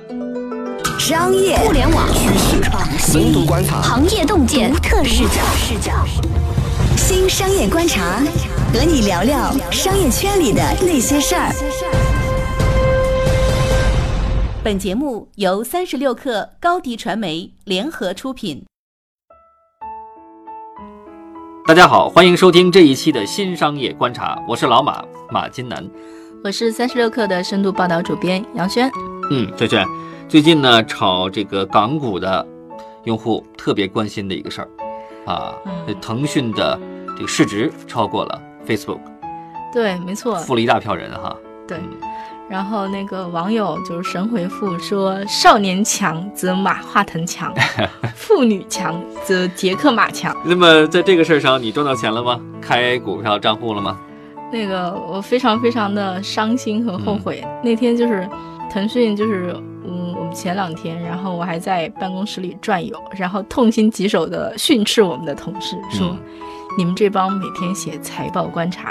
商业、 互联网趋势、深度观察、 行业洞见、独特视角。 新商业观察，和你聊聊商业圈里的那些事儿。 本节目由36氪高迪传媒联合出品。 大家好，欢迎收听这一期的新商业观察，我是老马金南， 我是36氪的深度报道主编杨轩。 萱萱，最近呢，炒这个港股的用户特别关心的一个事儿啊，腾讯的这个市值超过了 Facebook。 对，没错， 富了一大票人哈。 对。然后那个网友就是神回复说，少年强则马化腾强，妇女强则杰克马强。 那么在这个事儿上你赚到钱了吗？开股票账户了吗？ 那个我非常非常的伤心和后悔。那天就是腾讯就是我们前2天，然后我还在办公室里转悠，然后痛心疾首的训斥我们的同事说，你们这帮每天写财报观察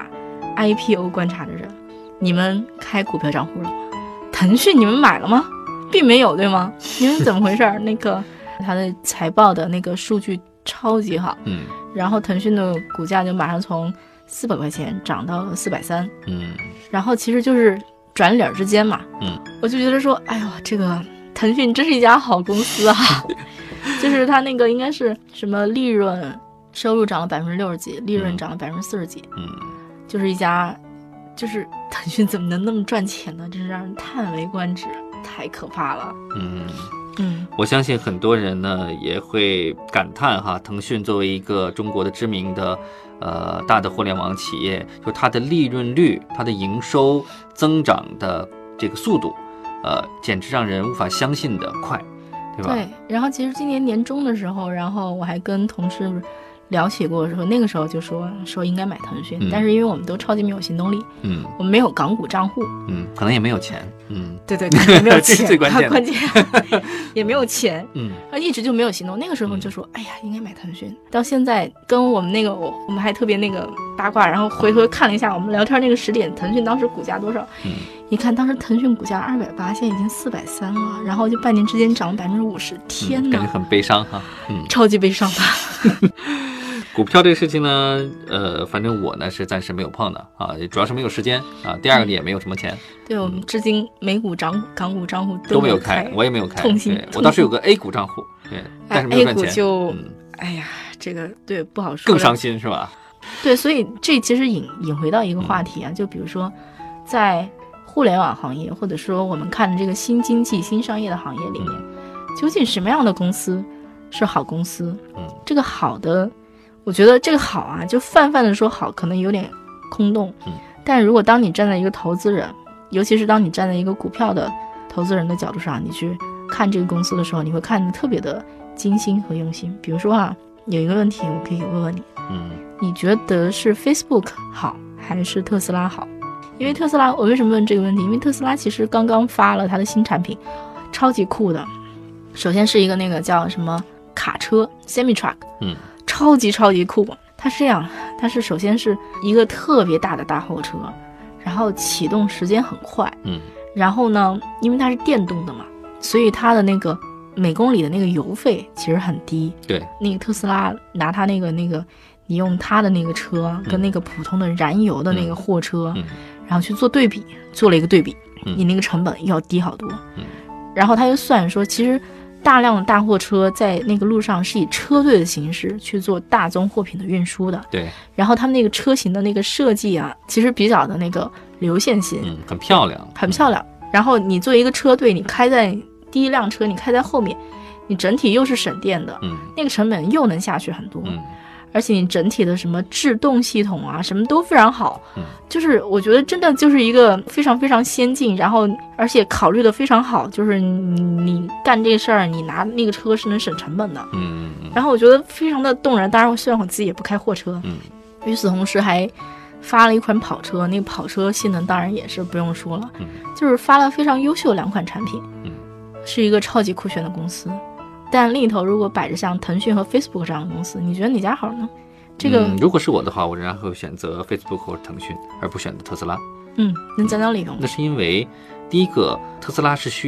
IPO 观察的人，你们开股票账户了吗？腾讯你们买了吗？并没有，对吗？你们怎么回事？那个他的财报的那个数据超级好，然后腾讯的股价就马上从400块钱涨到了430，然后其实就是转脸之间嘛，我就觉得说，哎呦，这个腾讯真是一家好公司啊，就是他那个应该是什么利润收入涨了60%几，利润涨了40%几，就是一家。就是腾讯怎么能那么赚钱呢？真是让人叹为观止，太可怕了。 我相信很多人呢也会感叹哈，腾讯作为一个中国的知名的大的互联网企业，就它的利润率、它的营收增长的这个速度，简直让人无法相信的快，对吧？ 对。然后其实今年年中的时候，然后我还跟同事聊起过的时候，那个时候就说应该买腾讯，但是因为我们都超级没有行动力，我们没有港股账户， 可能也没有钱， 对，可能没有钱， 这是最关键也没有钱，一直就没有行动。那个时候就说，哎呀，应该买腾讯。到现在跟我们那个我们还特别那个八卦，然后回头看了一下我们聊天那个时点，腾讯当时股价多少？一看当时腾讯股价280，现在已经430了，然后就半年之间涨了50%，天哪， 感觉很悲伤哈， 超级悲伤的。 股票这个事情呢，反正我呢是暂时没有碰的啊，主要是没有时间啊。第二个也没有什么钱。 对，我们至今美股港股账户都没有开，我也没有开。 痛心。 我倒是有个 A 股账户，对，但是没有赚钱。 A 股就，哎呀，这个对不好说。 更伤心是吧？ 对，所以这其实引回到一个话题啊，就比如说在互联网行业，或者说我们看的这个新经济、新商业的行业里面，究竟什么样的公司是好公司？这个好的。我觉得这个好啊，就泛泛的说好，可能有点空洞。但如果当你站在一个投资人，尤其是当你站在一个股票的投资人的角度上，你去看这个公司的时候，你会看得特别的精心和用心。比如说啊，有一个问题我可以问问你，你觉得是 Facebook 好还是特斯拉好？因为特斯拉，我为什么问这个问题？因为特斯拉其实刚刚发了它的新产品，超级酷的。首先是一个那个叫什么卡车 semi truck，超级酷。它是这样，它是首先是一个特别大的大货车，然后启动时间很快，然后呢，因为它是电动的嘛，所以它的那个每公里的那个油费其实很低。 对， 那个特斯拉拿它那个，你用它的那个车跟那个普通的燃油的那个货车，然后去做对比，做了一个对比，你那个成本要低好多。然后他又算说，其实大量的大货车在那个路上是以车队的形式去做大宗货品的运输的。 对。 然后他们那个车型的那个设计啊，其实比较的那个流线型， 很漂亮， 很漂亮。然后你作为一个车队，你开在第一辆车，你开在后面，你整体又是省电的，那个成本又能下去很多。而且你整体的什么制动系统啊，什么都非常好，就是我觉得真的就是一个非常非常先进，然后而且考虑的非常好，就是你干这个事儿，你拿那个车是能省成本的，然后我觉得非常的动人。当然，虽然我自己也不开货车，与此同时还发了一款跑车，那个跑车性能当然也是不用说了，就是发了非常优秀2款产品，是一个超级酷炫的公司。但另一头如果摆着像腾讯和 Facebook 这样的公司，你觉得哪家好呢？这个如果是我的话，我仍然会选择 Facebook 或者腾讯，而不选择特斯拉。 能讲讲理由吗？ 那是因为第一个，特斯拉是需要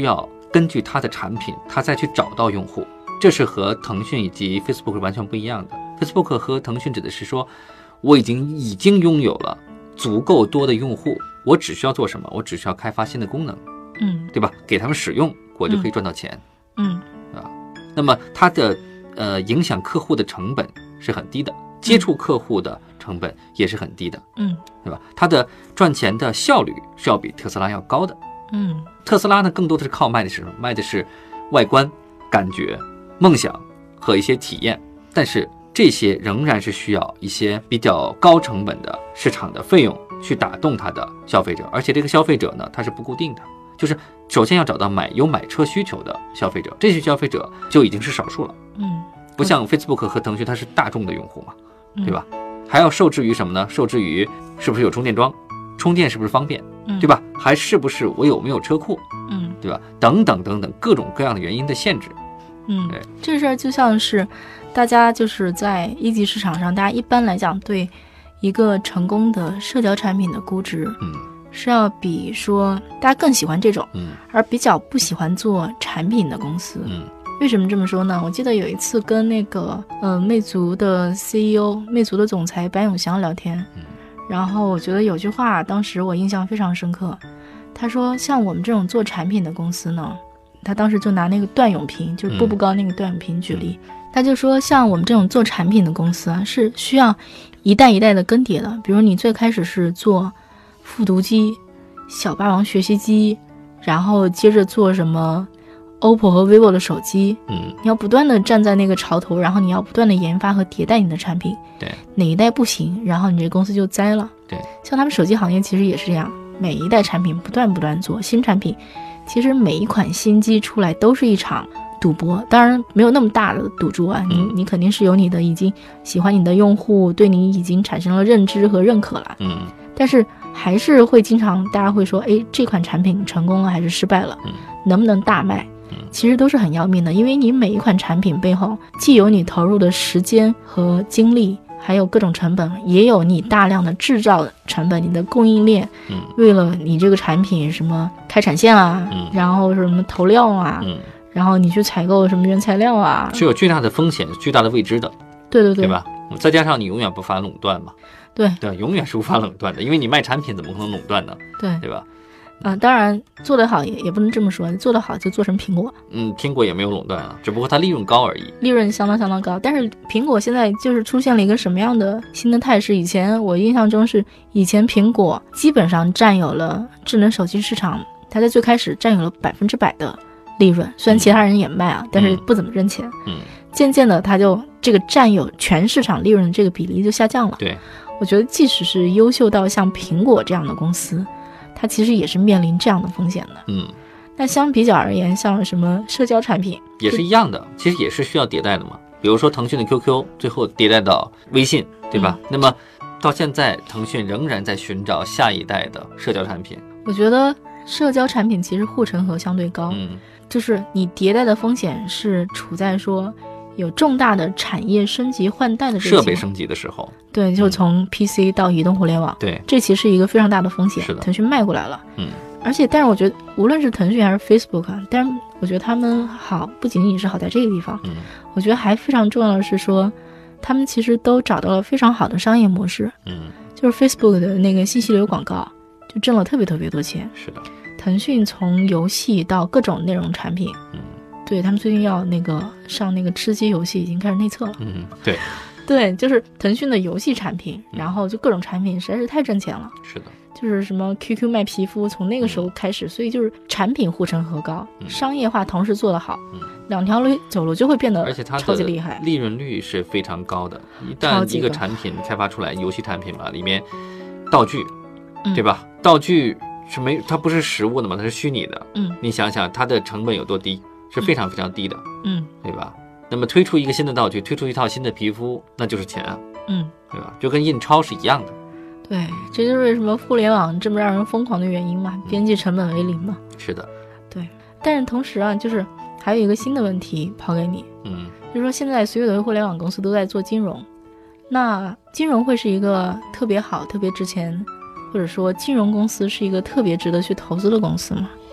根据它的产品，它再去找到用户，这是和腾讯以及 Facebook 完全不一样的。Facebook 和腾讯指的是说，我已经拥有了足够多的用户，我只需要做什么？我只需要开发新的功能，对吧？给他们使用，我就可以赚到钱，那么它的影响客户的成本是很低的，接触客户的成本也是很低的，对吧？它的赚钱的效率是要比特斯拉要高的，特斯拉呢更多的是靠卖的是什么？卖的是外观、感觉、梦想和一些体验，但是这些仍然是需要一些比较高成本的市场的费用去打动它的消费者，而且这个消费者呢，它是不固定的，就是首先要找到有买车需求的消费者，这些消费者就已经是少数了，不像 Facebook 和腾讯它是大众的用户嘛，对吧？还要受制于什么呢？受制于是不是有充电桩，充电是不是方便，对吧？还是不是我有没有车库，对吧？等等等等各种各样的原因的限制。 这事儿就像是大家就是在一级市场上，大家一般来讲对一个成功的社交产品的估值，是要比说大家更喜欢这种，而比较不喜欢做产品的公司。为什么这么说呢？我记得有一次跟那个魅族的 CEO 魅族的总裁白永祥聊天，然后我觉得有句话当时我印象非常深刻，他说像我们这种做产品的公司呢，他当时就拿那个段永平，就是步步高那个段永平举例，他就说像我们这种做产品的公司啊，是需要一代一代的更迭的。比如你最开始是做复读机、小霸王学习机，然后接着做什么 OPPO 和 vivo 的手机，你要不断的站在那个潮头，然后你要不断的研发和迭代你的产品， 对， 哪一代不行，然后你这公司就栽了。 对， 像他们手机行业其实也是这样，每一代产品不断做新产品，其实每一款新机出来都是一场赌博，当然没有那么大的赌注啊，你肯定是有你的已经喜欢你的用户对你已经产生了认知和认可了，但是还是会经常大家会说，哎，这款产品成功了还是失败了，能不能大卖，其实都是很要命的，因为你每一款产品背后既有你投入的时间和精力，还有各种成本，也有你大量的制造成本，你的供应链，为了你这个产品什么开产线啊，然后什么投料啊，然后你去采购什么原材料啊， 是有巨大的风险、巨大的未知的， 对吧？再加上你永远不法垄断嘛， 对， 永远是无法垄断的，因为你卖产品怎么可能垄断呢？对吧？ 当然做得好也不能这么说，做得好就做成苹果， 苹果也没有垄断啊，只不过它利润高而已， 利润相当高。但是苹果现在就是出现了一个什么样的新的态势？以前我印象中是，以前苹果基本上占有了智能手机市场，它在最开始占有了100%的利润，虽然其他人也卖啊，但是不怎么挣钱。渐渐的，它就这个占有全市场利润的这个比例就下降了。 对， 我觉得即使是优秀到像苹果这样的公司，它其实也是面临这样的风险的。那相比较而言，像什么社交产品也是一样的，其实也是需要迭代的嘛。比如说腾讯的 QQ 最后迭代到微信，对吧？那么到现在，腾讯仍然在寻找下一代的社交产品。 我觉得社交产品其实护城河相对高，就是你迭代的风险是处在说有重大的产业升级换代的这个设备升级的时候， 对，就从 PC 到移动互联网， 对， 这其实是一个非常大的风险。 是的， 腾讯迈过来了，但是我觉得无论是腾讯还是 Facebook， 但是我觉得他们好不仅仅是好在这个地方，我觉得还非常重要的是说，他们其实都找到了非常好的商业模式，就是 Facebook 的那个信息流广告就挣了特别多钱。 是的， 腾讯从游戏到各种内容产品，对，他们最近要上那个吃鸡游戏已经开始内测了，对，就是腾讯的游戏产品，然后就各种产品实在是太挣钱了。 是的， 就是什么 QQ 卖皮肤，从那个时候开始，所以就是产品护城河高，商业化同时做得好，两条路走路就会变得超级厉害， 而且它的利润率是非常高的。一旦一个产品开发出来，游戏产品嘛，里面道具，对吧？道具是它不是实物的嘛，它是虚拟的，你想想它的成本有多低，是非常非常低的，对吧？那么推出一个新的道具，推出一套新的皮肤，那就是钱啊，对吧？就跟印钞是一样的。 对，这就是为什么互联网这么让人疯狂的原因嘛，边际成本为零嘛。 是的， 对。但是同时啊，就是还有一个新的问题抛给你，就是说现在所有的互联网公司都在做金融，那金融会是一个特别好、特别值钱，或者说金融公司是一个特别值得去投资的公司吗？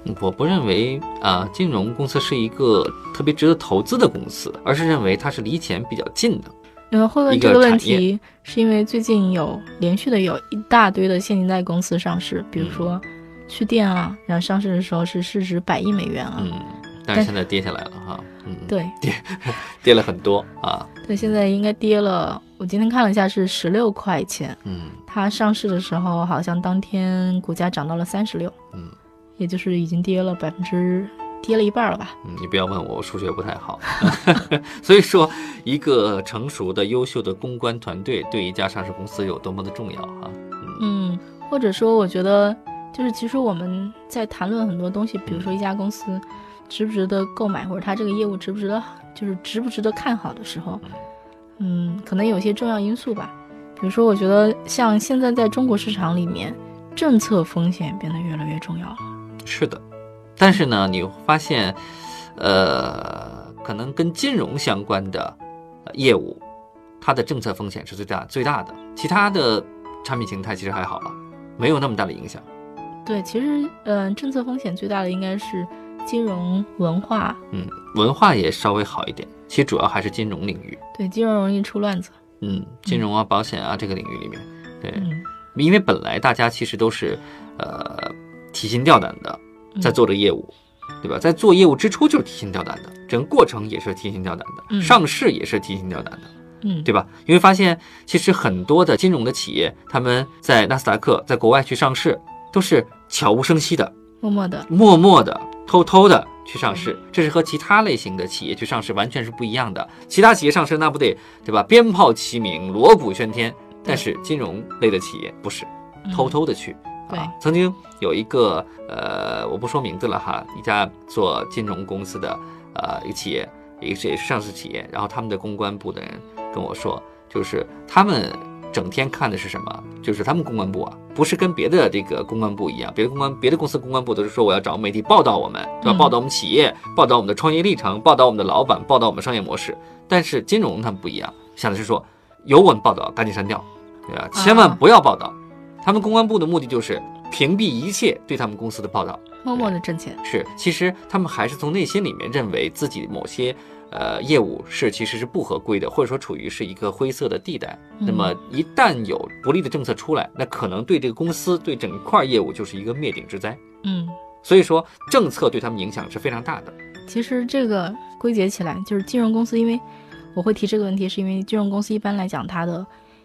我不认为金融公司是一个特别值得投资的公司，而是认为它是离钱比较近的。 会问这个问题，是因为最近连续的有一大堆的现金贷公司上市，比如说趣店啊，然后上市的时候是市值100亿美元啊， 但是现在跌下来了哈， 对， 跌了很多啊。 对，现在应该跌了，我今天看了一下是16块钱，它上市的时候好像当天股价涨到了36，也就是已经跌了一半了吧。 你不要问我数学不太好。所以说一个成熟的优秀的公关团队对一家上市公司有多么的重要啊。 或者说我觉得就是其实我们在谈论很多东西，比如说一家公司值不值得购买，或者它这个业务值不值得看好的时候，可能有些重要因素吧。比如说我觉得像现在在中国市场里面，政策风险变得越来越重要了。是的，但是呢你会发现可能跟金融相关的业务，它的政策风险是最大的，其他的产品形态其实还好了，没有那么大的影响。 对，其实政策风险最大的应该是金融文化， 文化也稍微好一点，其实主要还是金融领域。 对，金融容易出乱子。 金融啊、保险啊这个领域里面，对，因为本来大家其实都是提心吊胆的在做这个业务，对吧？在做业务之初就是提心吊胆的，整个过程也是提心吊胆的，上市也是提心吊胆的，对吧？因为发现其实很多的金融的企业，他们在纳斯达克在国外去上市都是悄无声息的，默默的偷偷的去上市，这是和其他类型的企业去上市完全是不一样的。其他企业上市那不得，对吧？鞭炮齐鸣，锣鼓喧天，但是金融类的企业不是，偷偷的去。曾经有一个我不说名字了哈，一家做金融公司的一个企业，也是上市企业，然后他们的公关部的人跟我说，就是他们整天看的是什么？就是他们公关部不是跟别的这个公关部一样，别的公司公关部都是说我要找媒体报道我们，对吧？报道我们企业，报道我们的创业历程，报道我们的老板，报道我们的商业模式。但是金融他们不一样，想的是说有我们报道赶紧删掉，对吧？千万不要报道。他们公关部的目的就是屏蔽一切对他们公司的报道， 默默的挣钱。 是，其实他们还是从内心里面认为自己某些业务其实是不合规的，或者说处于是一个灰色的地带。那么一旦有不利的政策出来，那可能对这个公司对整块业务就是一个灭顶之灾。所以说政策对他们影响是非常大的。 其实这个归结起来就是金融公司，因为我会提这个问题是因为金融公司一般来讲它的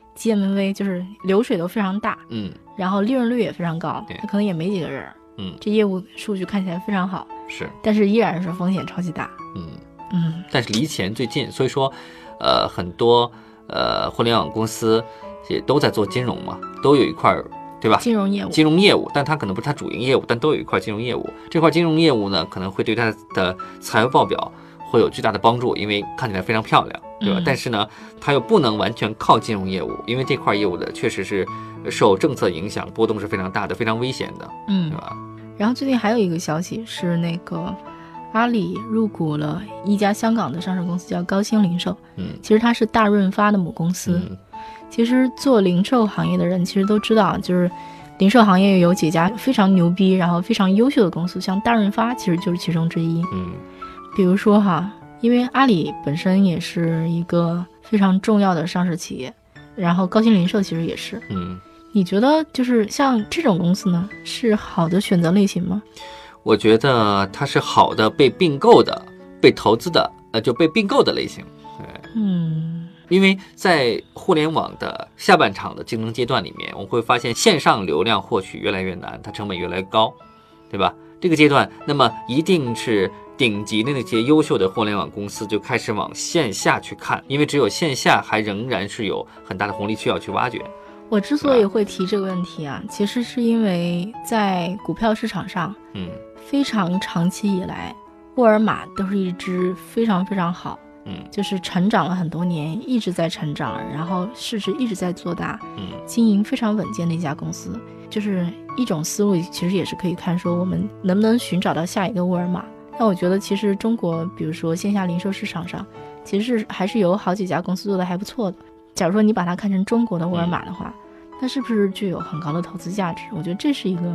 GMV 就是流水都非常大，然后利润率也非常高，它可能也没几个人，这业务数据看起来非常好， 是， 但是依然是风险超级大， 但是离钱最近，所以说很多互联网公司也都在做金融嘛，都有一块，对吧？金融业务，但它可能不是它主营业务，但都有一块金融业务。这块金融业务呢，可能会对它的财务报表会有巨大的帮助，因为看起来非常漂亮，对吧？但是呢，它又不能完全靠金融业务，因为这块业务的确实是受政策影响，波动是非常大的，非常危险的，对吧？ 然后最近还有一个消息是那个阿里入股了一家香港的上市公司叫高鑫零售，其实它是大润发的母公司。其实做零售行业的人其实都知道，就是零售行业有几家非常牛逼然后非常优秀的公司，像大润发其实就是其中之一。比如说因为阿里本身也是一个非常重要的上市企业，然后高鑫零售其实也是。你觉得就是像这种公司呢，是好的选择类型吗？ 我觉得它是好的被并购的、被投资的，就被并购的类型。因为在互联网的下半场的竞争阶段里面，我们会发现线上流量获取越来越难，它成本越来越高，对吧？这个阶段，那么一定是顶级的那些优秀的互联网公司就开始往线下去看，因为只有线下还仍然是有很大的红利需要去挖掘。 我之所以会提这个问题其实是因为在股票市场上，非常长期以来，沃尔玛都是一只非常非常好，就是成长了很多年，一直在成长，然后市值一直在做大，经营非常稳健的一家公司。就是一种思路，其实也是可以看说我们能不能寻找到下一个沃尔玛。那我觉得其实中国比如说线下零售市场上，其实还是有好几家公司做的还不错的。假如说你把它看成中国的沃尔玛的话，那是不是具有很高的投资价值？我觉得这是一个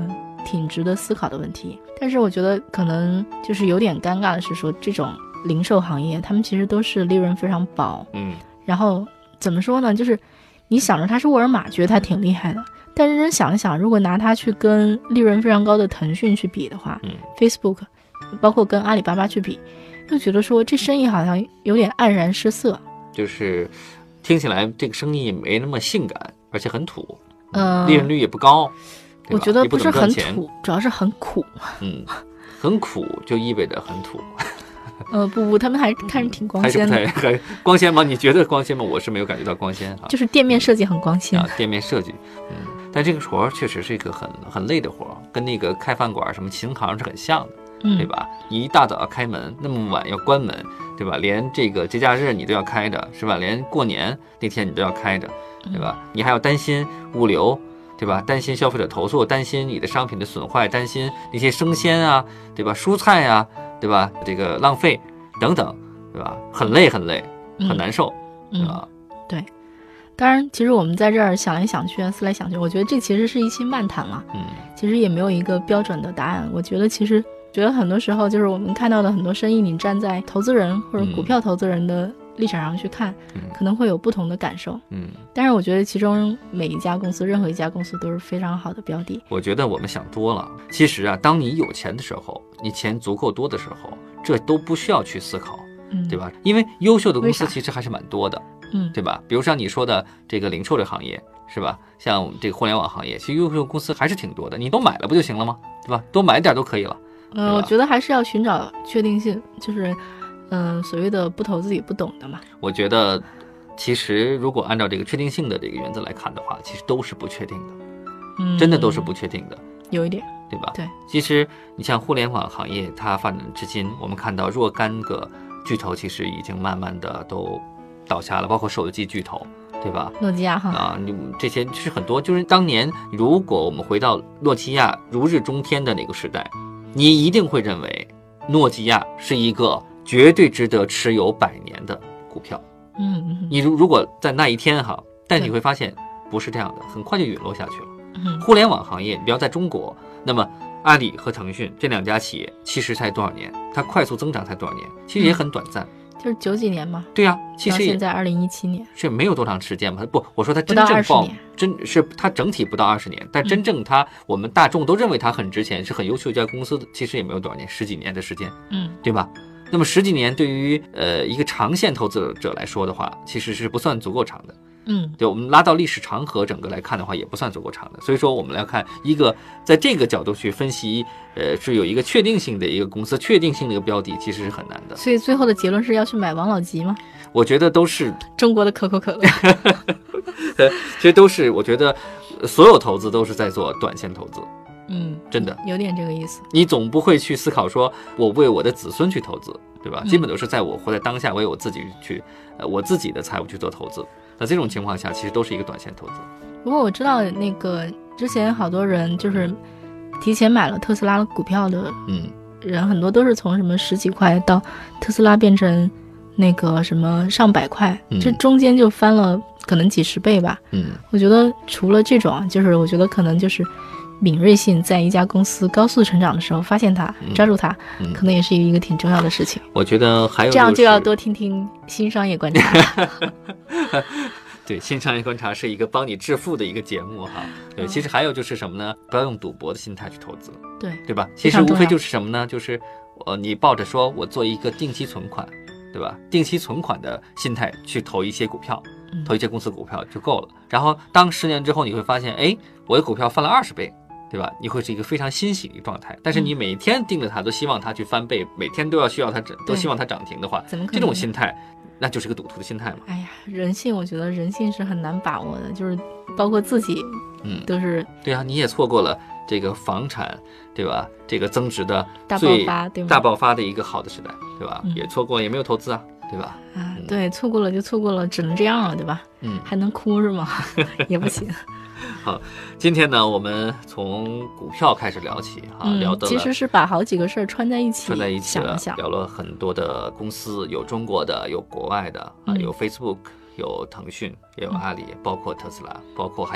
挺值得思考的问题。但是我觉得可能就是有点尴尬的是说，这种零售行业他们其实都是利润非常薄，然后怎么说呢，就是你想着它是沃尔玛，觉得它挺厉害的，但认真想一想，如果拿它去跟利润非常高的腾讯去比的话，Facebook 包括跟阿里巴巴去比，就觉得说这生意好像有点黯然失色， 就是听起来这个生意没那么性感，而且很土，利润率也不高， 我觉得不是很土，主要是很苦。 很苦就意味着很土。 不，他们还看着挺光鲜的。 还光鲜吗？你觉得光鲜吗？我是没有感觉到光鲜啊。 就是店面设计很光鲜啊，店面设计，但这个活儿确实是一个很累的活儿，跟那个开饭馆什么琴行是很像的。对吧？你一大早要开门，那么晚要关门，对吧？连这个节假日你都要开着，是吧？连过年那天你都要开着，对吧？你还要担心物流，对吧？担心消费者投诉，担心你的商品的损坏，担心那些生鲜啊，对吧？蔬菜啊，对吧？这个浪费等等，对吧？很累，很难受，对吧？ 对。当然，其实我们在这儿想来想去，思来想去，我觉得这其实是一期漫谈了。其实也没有一个标准的答案。我觉得很多时候就是我们看到的很多生意，你站在投资人或者股票投资人的立场上去看，可能会有不同的感受。但是我觉得其中每一家公司，任何一家公司都是非常好的标的。 我觉得我们想多了。其实啊，当你有钱的时候，你钱足够多的时候，这都不需要去思考，对吧？因为优秀的公司其实还是蛮多的，对吧？比如像你说的这个零售这行业，是吧？像这个互联网行业，其实优秀公司还是挺多的，你都买了不就行了吗？对吧？多买点都可以了。 我觉得还是要寻找确定性，就是所谓的不投自己不懂的嘛。 我觉得其实如果按照这个确定性的这个原则来看的话，其实都是不确定的，真的都是不确定的， 有一点， 对吧？ 对， 其实你像互联网行业，它发展至今，我们看到若干个巨头其实已经慢慢的都倒下了，包括手机巨头，对吧？ 诺基亚这些是很多，就是当年如果我们回到诺基亚如日中天的那个时代，你一定会认为诺基亚是一个绝对值得持有100年的股票。你如果在那一天但你会发现不是这样的，很快就陨落下去了。互联网行业，你比如在中国，那么阿里和腾讯这两家企业其实才多少年？它快速增长才多少年？其实也很短暂。 就是90几年嘛。 对啊，其实现在2017年是没有多长时间嘛。不，我说它真正是它整体不到20年，但真正我们大众都认为它很值钱，是很优秀一家公司，其实也没有多少年，10几年的时间，对吧？那么10几年对于一个长线投资者来说的话，其实是不算足够长的。对，我们拉到历史长河整个来看的话，也不算足够长的。所以说我们来看一个在这个角度去分析，是有一个确定性的一个公司，确定性的一个标的，其实是很难的。 所以最后的结论是要去买王老吉吗？ 我觉得都是中国的可口可乐。 其实都是，我觉得所有投资都是在做短线投资。真的有点这个意思。 你总不会去思考说我为我的子孙去投资，对吧？基本都是在我活在当下，为我自己去我自己的财务去做投资。那这种情况下，其实都是一个短线投资。 不过我知道那个之前好多人就是提前买了特斯拉股票的人，很多都是从什么10几块到特斯拉变成那个什么上100块，这中间就翻了可能几10倍吧。我觉得除了这种就是我觉得可能就是敏锐性，在一家公司高速成长的时候发现它，抓住它，可能也是一个挺重要的事情。 我觉得还有这样就要多听听新商业观察。 对，新商业观察是一个帮你致富的一个节目对，其实还有就是什么呢？不要用赌博的心态去投资，对吧？其实无非就是什么呢？就是你抱着说我做一个定期存款，对吧？定期存款的心态去投一些股票，投一些公司股票就够了。然后当10年之后，你会发现，我的股票翻了20倍。对吧？你会是一个非常欣喜的状态，但是你每天盯着它，都希望它去翻倍，每天都希望它涨停的话，这种心态，那就是个赌徒的心态嘛。 哎呀，人性，我觉得人性是很难把握的，就是包括自己，都是。 对啊，你也错过了这个房产，对吧？这个增值的大爆发的一个好的时代，对吧？也错过，也没有投资啊，对吧？ 对，错过了就错过了，只能这样了，对吧？还能哭是吗？也不行。 好，今天呢，我们从股票开始聊起聊的其实是把好几个事儿串在一起想一想，聊了很多的公司，有中国的，有国外的有 Facebook， 有腾讯，也有阿里，包括特斯拉，包括还有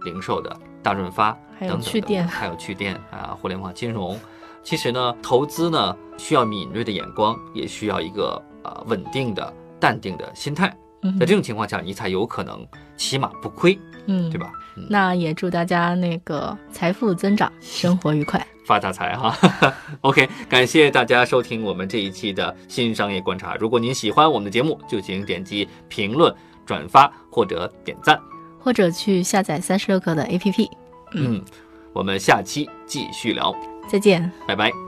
零售的，大润发还有等等趣店， 还有趣店啊，互联网金融。其实呢，投资呢需要敏锐的眼光，也需要一个稳定的、淡定的心态。在这种情况下，你才有可能起码不亏，对吧？ 那也祝大家那个财富增长，生活愉快， 发大财哈！OK， 感谢大家收听我们这一期的新商业观察。如果您喜欢我们的节目，就请点击评论、转发或者点赞， 或者去下载36课的 APP。 我们下期继续聊， 再见， 拜拜。